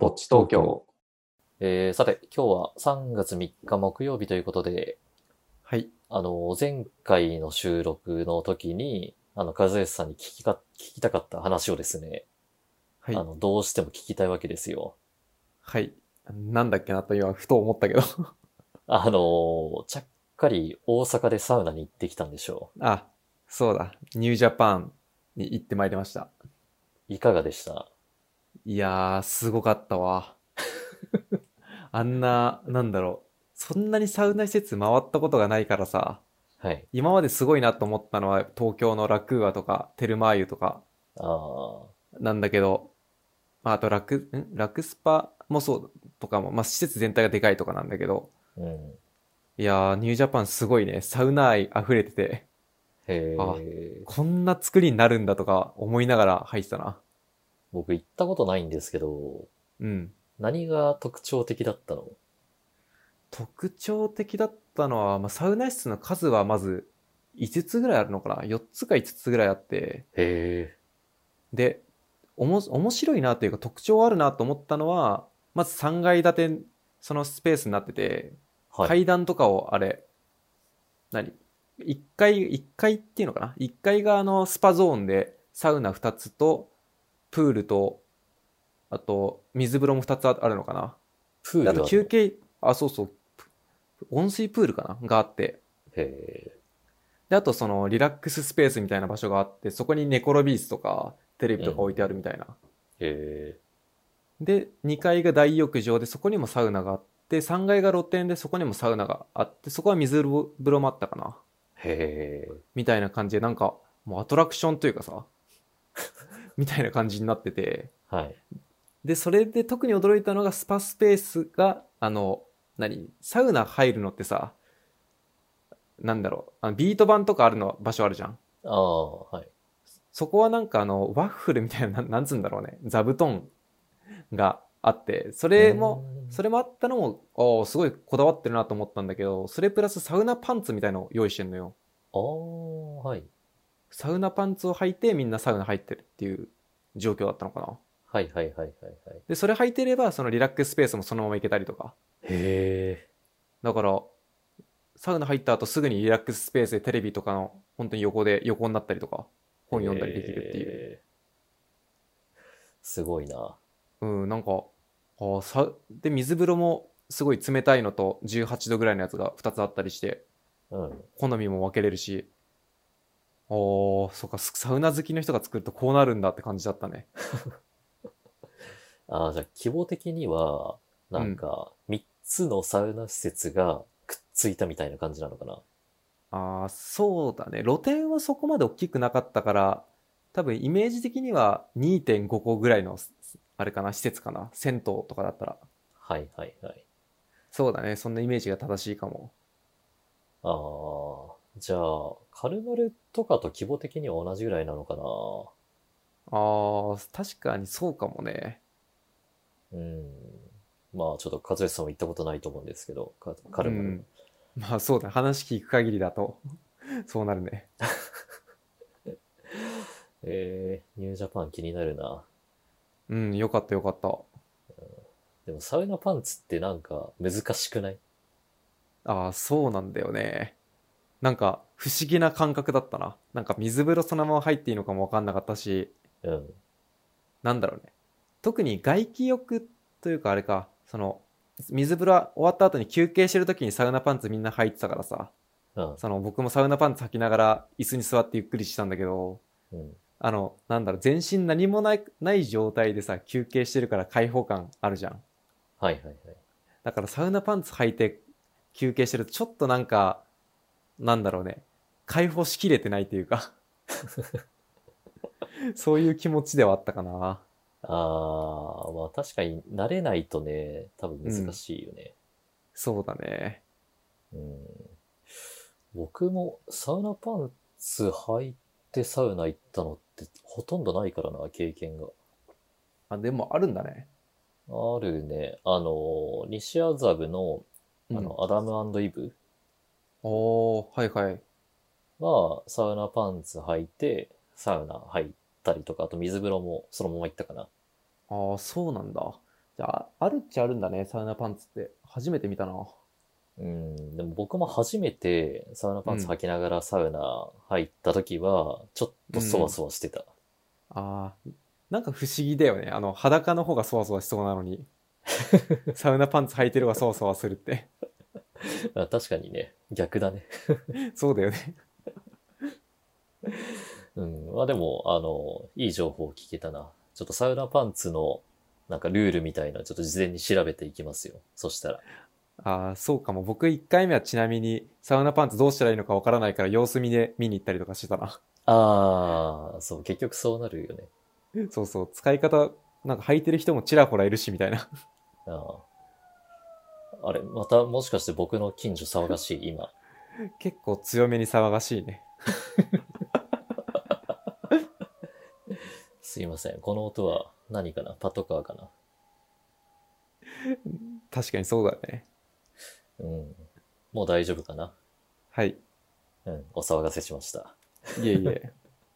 ぼっち東京。 さて、今日は3月3日木曜日ということで、 はい。 前回の収録の時に、和義さんに聞きたかった話をですね、 はい。 どうしても聞きたいわけですよ。 はい。なんだっけなと今、ふと思ったけど。 ちゃっかり大阪でサウナに行ってきたんでしょあ、そうだ。ニュージャパンに行ってまいりました。 う。いかがでした？ いやー、すごかったわ。あんな、なんだろう。そんなにサウナ施設回ったことがないからさ、 はい。 今まですごいなと思ったのは東京のラクーアとかテルマー湯とかああ、 なんだけど、まあ、あとラクスパもそうとかも、まあ、施設全体がでかいとかなんだけど、 うん。 いやー、ニュージャパンすごいね。サウナ愛溢れてて、 へあ、 え、 こんな作りになるんだとか思いながら入ってたな。 僕行ったことないんですけど、 うん。 何が特徴的だったの？ 特徴的だったのは、まあ、サウナ室の数はまず5つぐらいあるのかな？ 4 つか5つぐらいあって、 へえ、 で、面白いなというか特徴あるなと思ったのは、まず3階建て、そのスペースになってて、 はい。 階段とかをあれ、何 ?1 階っていうのかな？ 1 階がスパゾーンでサウナ2つと、プールと、あと、水風呂も2つあるのかな？で、あとプールあるの？ 休憩、あ、そうそう、温水プールかながあって、 へえ、 で、あとそのリラックススペースみたいな場所があって、そこに寝転び椅子とかテレビうん。 とか置いてあるみたいな。 へえ、 で、2階が大浴場で、そこにもサウナがあって、3階が露天で、そこにもサウナがあって、そこは水風呂もあったかな。 へえ、 みたいな感じで、なんか、もうアトラクションというかさ、みたいな感じになってて、 はい。 で、それで特に驚いたのがスパスペースが、サウナ入るのってさ、なんだろう、ビート板とかあるの場所あるじゃん。 ああ、はい。 そこはなんかワッフルみたいな、なんつうんだろうね、座布団があって、 うーん。 それもあったのも、おーすごいこだわってるなと思ったんだけど、それプラスサウナパンツみたいのを用意してんのよ。 ああ、はい。 サウナパンツを履いてみんなサウナ入ってるっていう状況だったのかな。 はいはいはいはいはい。 で、それ履いてれば、そのリラックススペースもそのまま行けたりとか。 へえ、 だから、サウナ入った後すぐにリラックススペースでテレビとかの、本当に横になったりとか、 へ本読んだりできるっていう。 え、すごいな。 うん、なんか、で、水風呂もすごい冷たいのと18度ぐらいのやつが2つあったりして、 うん。 好みも分けれるし、そっか、サウナ好きの人が作るとこうなるんだって感じだったね。 ああ、じゃあ規模的には、 うん。 3つのサウナ施設がくっついたみたいな感じなのかな。 そうだね。露天はそこまで大きくなかったから、多分イメージ的には2.5個ぐらいの、あれかな、施設かな。銭湯とかだったら。 はいはいはい。 そうだね。そんなイメージが正しいかも。 ああ、じゃあ、カルマルとかと規模的には同じぐらいなのかな。 確かにそうかもね。 うん。まあ、ちょっと和義さんも行ったことないと思うんですけど、カルマル。 うん。まあそうだね。話聞く限りだとそうなるね。 ニュージャパン気になるな。 うん、よかったよかった。 でもサウナパンツって難しくない？ そうなんだよね。なんか不思議な感覚だったな。なんか水風呂そのまま入っていいのかもわかんなかったし、 うん。 なんだろうね。特に外気浴というかあれか、水風呂終わった後に休憩してる時にサウナパンツみんな履いてたからさ、 うん。 僕もサウナパンツ履きながら椅子に座ってゆっくりしたんだけど、 うん。 全身何もない状態でさ、休憩してるから開放感あるじゃん。 はいはいはい。 だからサウナパンツ履いて休憩してるとちょっとなんか、なんだろうね。解放しきれてないというかそういう気持ちではあったかな。 ああ、まあ確かに慣れないとね、多分難うん。 しいよね。 そうだね。 うん。僕もサウナパンツ履いてサウナ行ったのってほとんどないからな、経験が。 でもあるんだね。 あるね。西麻布の、 うん。 アダムイブはいはい。 は、サウナパンツ履いて、サウナ入ったりとか、あと水風呂もそのまま行ったかな。 そうなんだ。じあるっちゃあるんだね、サウナパンツって。初めて見たな。 うん、でも僕も初めてサウナパンツうん。 履きながらサウナ入った時は、ちょっとそわうん。 そわしてた。 ああ、なんか不思議だよね。裸の方がそわそわしそうなのに、サウナパンツ履いてるがそわそわするって。 あ、確かにね、逆だね。 そうだよね。 うん。まあでも、いい情報を聞けたな。ちょっとサウナパンツの、なんかルールみたいな、ちょっと事前に調べていきますよ。そしたら。 ああ、そうかも。僕1回目はちなみに、サウナパンツどうしたらいいのかわからないから様子見で見に行ったりとかしてたな。 ああ、そう、結局そうなるよね。 そうそう。使い方、なんか履いてる人もちらほらいるし、みたいな。 ああ。あれ、またもしかして僕の近所騒がしい、今。 結構強めに騒がしいね。 すいません。この音は何かな？パトカーかな？ 確かにそうだね。 うん。もう大丈夫かな？ はい。 うん。お騒がせしました。 いえいえ。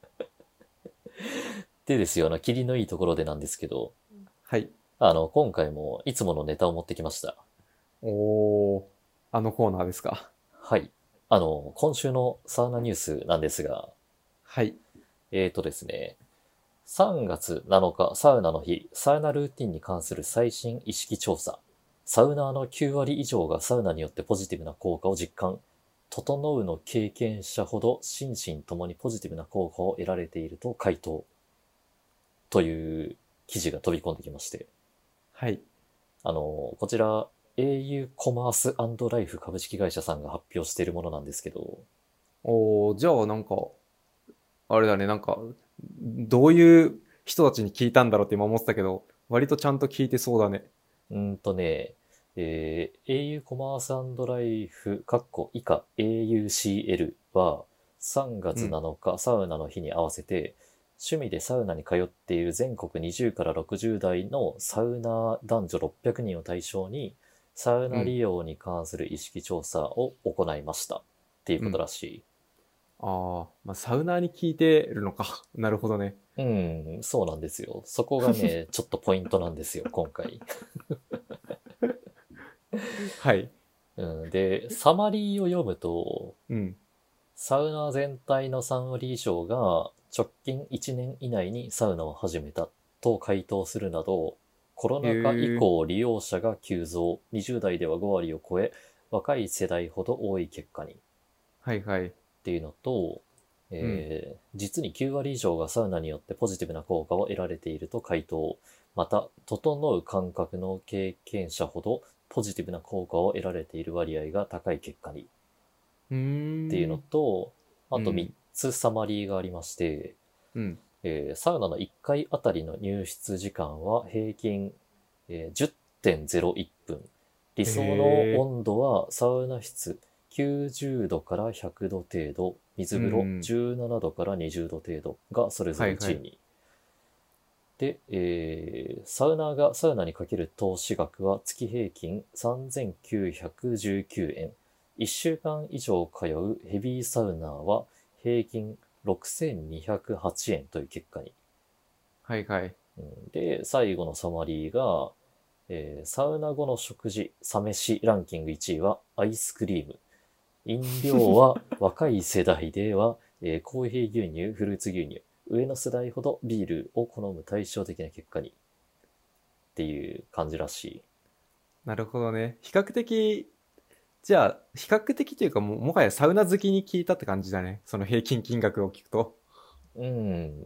でですよ、霧のいいところでなんですけど、 はい。 今回もいつものネタを持ってきました。 おー、あのコーナーですか。 はい。今週のサウナニュースなんですが、 はい。 ですね、3月7日、サウナの日、サウナルーティンに関する最新意識調査。サウナーの9割以上がサウナによってポジティブな効果を実感。整うの経験者ほど心身ともにポジティブな効果を得られていると回答。という記事が飛び込んできまして。 はい。 こちら、au コマースライフ株式会社さんが発表しているものなんですけど、 おー、じゃあなんか、あれだね、なんか、どういう人たちに聞いたんだろうって今思ってたけど、割とちゃんと聞いてそうだね。 ね、au コマースライフ、以下 AUCL は3月うん。 7日サウナの日に合わせて、趣味でサウナに通っている全国20から60代のサウナ男女600人を対象に、サウうん。 ナ利用に関する意識調査を行いましたっていううん。 ことらしああ、まあ、サウナーに聞いてるのか。なるほどね。 い。うん、そうなんですよ。そこがね、ちょっとポイントなんですよ、今回。 はい。 うん、で、サマリーを読むと、 うん。 サウナ全体の3割以上が直近1年以内にサウナを始めたと回答するなど、コロへナ禍以え。 降利用者が急増、20代では5割を超え、若い世代ほど多い結果にっはいはい。 ていうのと、 うん。 実に9割以上がサウナによってポジティブな効果を得られていると回答。また、整う感覚の経験者ほどポジティブな効果を得られている割合が高い結果にっうーていうのん。 と、あと3 うん。 つサマリーがありまして、 うん。 サウナの1回あたりの入室時間は平均、10.01分。理へ想のえ。 温度はサウナ室90度から100度程度、 う水風呂ん。 17度から20度程度がそれぞれ1 はいはい。 位に。で、サウナーがサウナにかける投資額は月平均3919円。1週間以上通うヘビーサウナーは平均6208円という結果に。 はいはい。 で、最後のサマリーが、サウナ後の食事、サ飯ランキング1位はアイスクリーム。飲料は若い世代では、コーヒー牛乳、フルーツ牛乳。上の世代ほどビールを好む対照的な結果にっていう感じらしい。 なるほどね。比較的、じゃあ、比較的というかもはやサウナ好きに聞いたって感じだね。その平均金額を聞くと。 うん、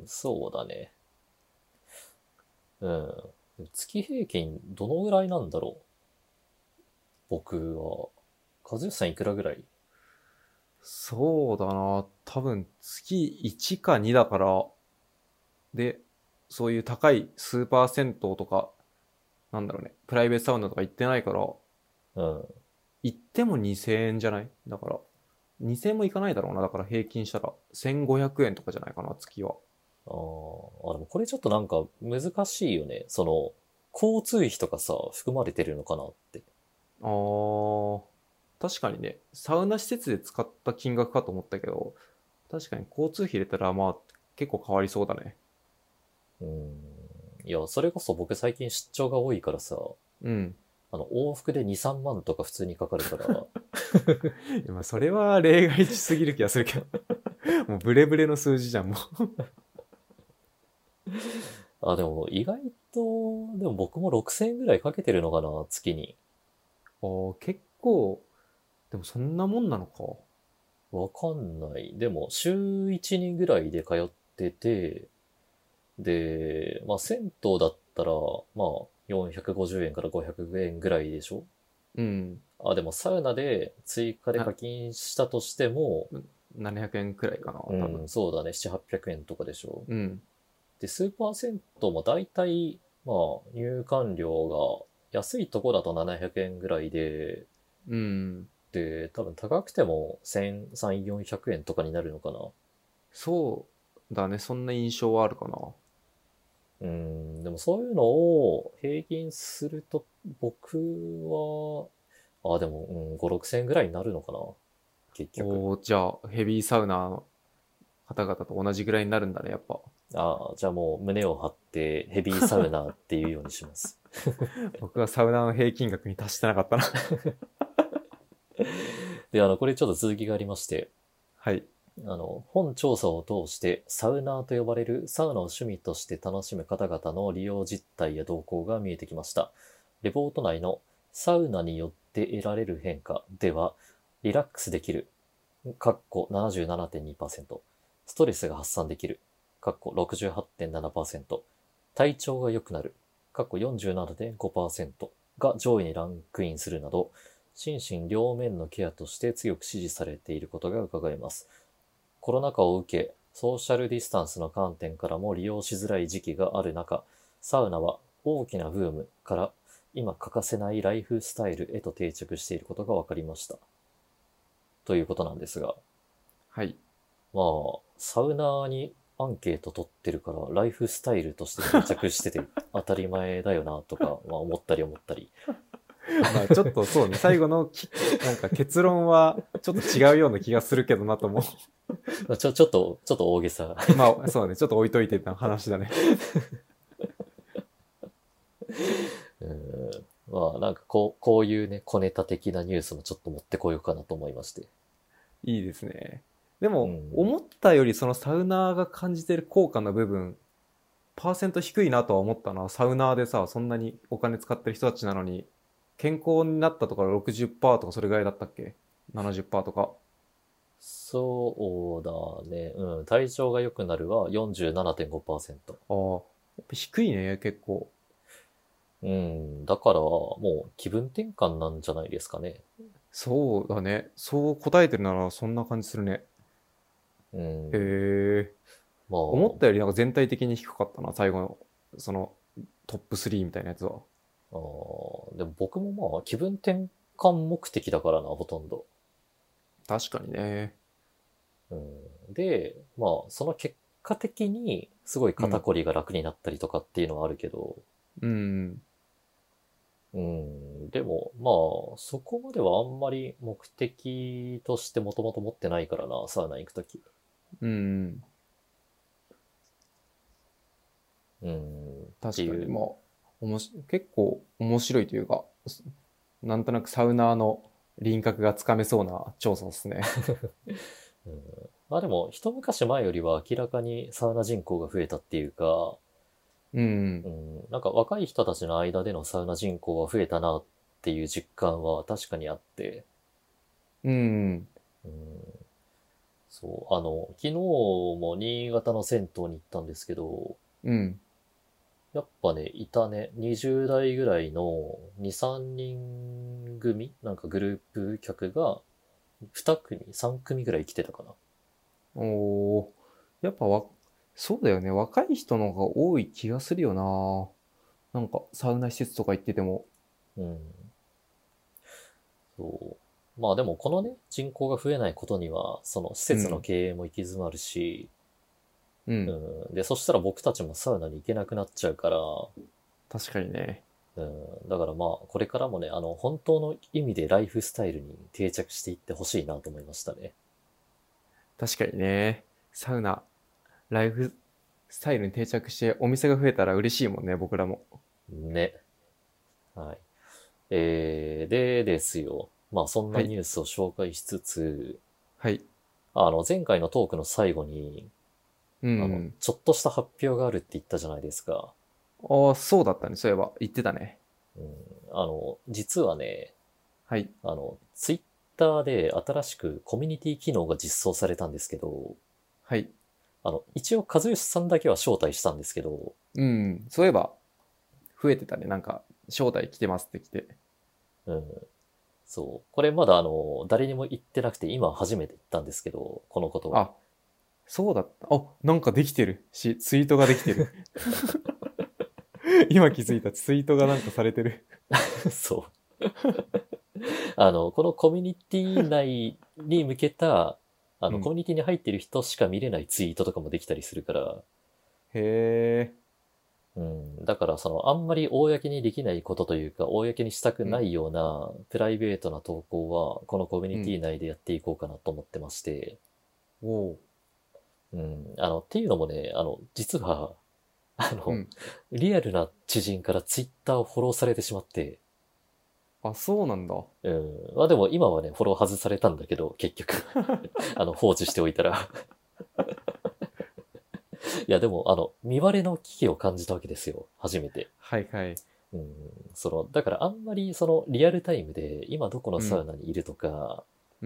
そうだね。うん。月平均どのぐらいなんだろう？僕は。和義さんいくらぐらい？ そうだな。多分月1か2だから、で、そういう高いスーパー銭湯とか、なんだろうね、プライベートサウナとか行ってないから、 うん。 行っても2000円じゃない？だから、2000円もいかないだろうな。だから平均したら1500円とかじゃないかな、月は。 でもこれちょっとなんか難しいよね。交通費とかさ、含まれてるのかなって。 あー、確かにね、サウナ施設で使った金額かと思ったけど、確かに交通費入れたらまあ結構変わりそうだね。 うん。 いや、それこそ僕最近出張が多いからさ、 うん。 往復で2、3万とか普通にかかるから、 まあそれは例外値すぎる気がするけど。もうブレブレの数字じゃん、もあ、でも意外と、でも僕も6000円ぐらいかけてるのかな、月に。 う。結構、でもそんなもんなのか。 わかんない。でも、週1、2ぐらいで通ってて、で、まあ、銭湯だったら、まあ、450円から500円ぐらいでしょ。 うん。 あ、でもサウナで追加で課金したとしても、 700円くらいかな、多分。 うん、そうだね、7、800円とかでしょ。 うん。 で、スーパー銭湯も大体、まあ、入館料が安いとこだと700円ぐらいうん。 で、多分高くても1300、400円とかになるのかな。 そうだね、そんな印象はあるかな。 でもそういうのを平均すると、僕は、でも、5、6千円ぐらいになるのかな。結局。 じゃあ、ヘビーサウナーの方々と同じぐらいになるんだね、やっぱ。 じゃあもう胸を張ってヘビーサウナーっていうようにします。 僕はサウナーの平均額に達してなかったな。 で、これちょっと続きがありまして、 はい。 本調査を通してサウナーと呼ばれるサウナを趣味として楽しむ方々の利用実態や動向が見えてきました。レポート内のサウナによって得られる変化では、リラックスできる、77.2%、ストレスが発散できる、68.7%、体調が良くなる、47.5%が上位にランクインするなど、心身両面のケアとして強く支持されていることが伺えます。コロナ禍を受け、ソーシャルディスタンスの観点からも利用しづらい時期がある中、サウナは大きなブームから今欠かせないライフスタイルへと定着していることが分かりました。ということなんですが、 はい。 まあ、サウナーにアンケート取ってるから、ライフスタイルとして定着してて当たり前だよなとか、まあ思ったり。 まあちょっとそうね、最後のなんか結論はちょっと違うような気がするけどなと思ちょっと大げさ。 う。まあそうね、ちょっと置いといてた話だね。 まあなんかこういうね、小ネタ的なニュースもちょっと持ってこようかなと思いまして。 いいですね。でも、 うん。 思ったよりそのサウナーが感じてる効果の部分、パーセント低いなとは思ったな。サウナーでさ、そんなにお金使ってる人たちなのに、健康になったとか60%とかそれぐらいだったっけ？ 70% とか。 そうだね。うん。体調が良くなるは47.5%。 ああ、やっぱ低いね、結構。 うん。だから、もう気分転換なんじゃないですかね。 そうだね。そう答えてるならそんな感じするね。 うん。 へえ。 ま思ったあ、 よりなんか全体的に低かったな、最後の、そのトップ3みたいなやつは。 でも僕もまあ気分転換目的だからな、ほとんど。 確かにね。 うん。で、まあ、その結果的にすごいうん。 肩こりが楽になったりとかっていうのはあるけど、 うん。 うん。でも、まあ、そこまではあんまり目的としてもともと持ってないからな、サウナ行くとき。 うん。 うん。って確かに。 いう。 まあ、結構面白いというか、なんとなくサウナーの輪郭がつかめそうな調査ですね。 うん、まあでも、一昔前よりは明らかにサウナ人口が増えたっていうか、 うん。 うん、なんか若い人たちの間でのサウナ人口が増えたなっていう実感は確かにあって、 うん。 うん、そう、昨日も新潟の銭湯に行ったんですけど、 うん。 やっぱね、いたね、20代ぐらいの2、3人組なんかグループ客が2組、3組ぐらい来てたかな。 おー。やっぱそうだよね。若い人の方が多い気がするよな。なんか、サウナ施設とか行ってても。 うん。そう。まあでもこのね、人口が増えないことには、その施設のうん。 経営も行き詰まるし、ううん。 ん。で、そしたら僕たちもサウナに行けなくなっちゃうから、 確かにね。 うん。だからまあ、これからもね、本当の意味でライフスタイルに定着していってほしいなと思いましたね。 確かにね。サウナ、ライフ、 スタイルに定着してお店が増えたら嬉しいもんね、僕らも。 ね。はい。でですよ。まあそんはい。 なニュースを紹介しつつ、 はい。 前回のトークの最後に、 うん。 ちょっとした発表があるって言ったじゃないですか。 ああ、そうだったね。そういえば、言ってたね。 うん、実はね、 はい。 ツイッターで新しくコミュニティ機能が実装されたんですけど、 はい。 一応和義さんだけは招待したんですけど、 うん。そういえば、増えてたね。なんか、招待来てますって来て。 うん、そう。これまだ誰にも言ってなくて今初めて言ったんですけど、このことは。 あ、そうだった。あ、なんかできてるし、ツイートができてる。今気づいた。ツイートがなんかされてる。 そう。このコミュニティ内に向けた、コうん。 ミュニティに入ってる人しか見れないツイートとかもできたりするから、 へえ。 うん、だからあんまり公にできないことというか、公にしたくうん。 ないようなプライベートな投稿は、このコミュニテうん。 ィ内でやっていこうかなと思ってまして、 おう。 うん、っていうのもね、実は、あの、 うん。 リアルな知人からツイッターをフォローされてしまって、 あ、そうなんだ。 うん、まあでも今はね、フォロー外されたんだけど、結局、放置しておいたら。いや、でも、見割れの危機を感じたわけですよ。初めて。 はいはい。 うん、だからあんまりリアルタイムで今どこのうん。 サウナにいるとか、 うん。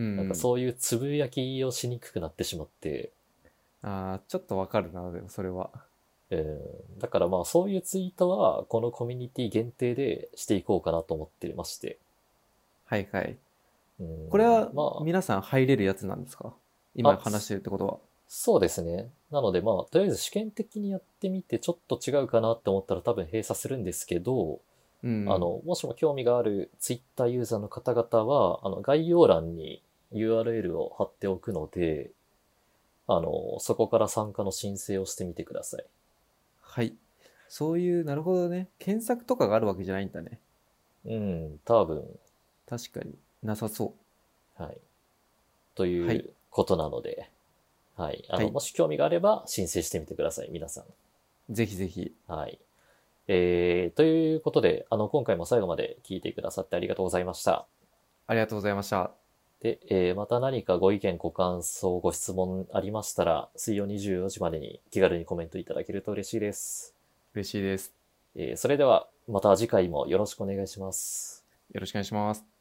そういうつぶやきをしにくくなってしまって、 ああ、ちょっとわかるな、でもそれは。 だからまあそういうツイートはこのコミュニティ限定でしていこうかなと思ってまして、 はいはい。 うん、 これはま皆さん入れるやつなんですか？ あ、 今話してるってことは。 そうですね。なのでまあとりあえず試験的にやってみてちょっと違うかなって思ったら多分閉鎖するんですけど、 うん。 もしも興味があるツイッターユーザーの方々は、概要欄に URL を貼っておくので、そこから参加の申請をしてみてください。 はい。そういう、なるほどね。検索とかがあるわけじゃないんだね。 うん、多分、 確かになさそはい。とう。はい。 いうことなので、はい。 はい。 もし興味があれば申請してみてください、皆さん。 ぜひぜひ。 はい。ということで、今回も最後まで聞いてくださってありがとうございました。 ありがとうございました。 で、また何かご意見、ご感想、ご質問ありましたら、水曜24時までに気軽にコメントいただけると嬉しいです。 嬉しいです。 それでは、また次回もよろしくお願いします。 よろしくお願いします。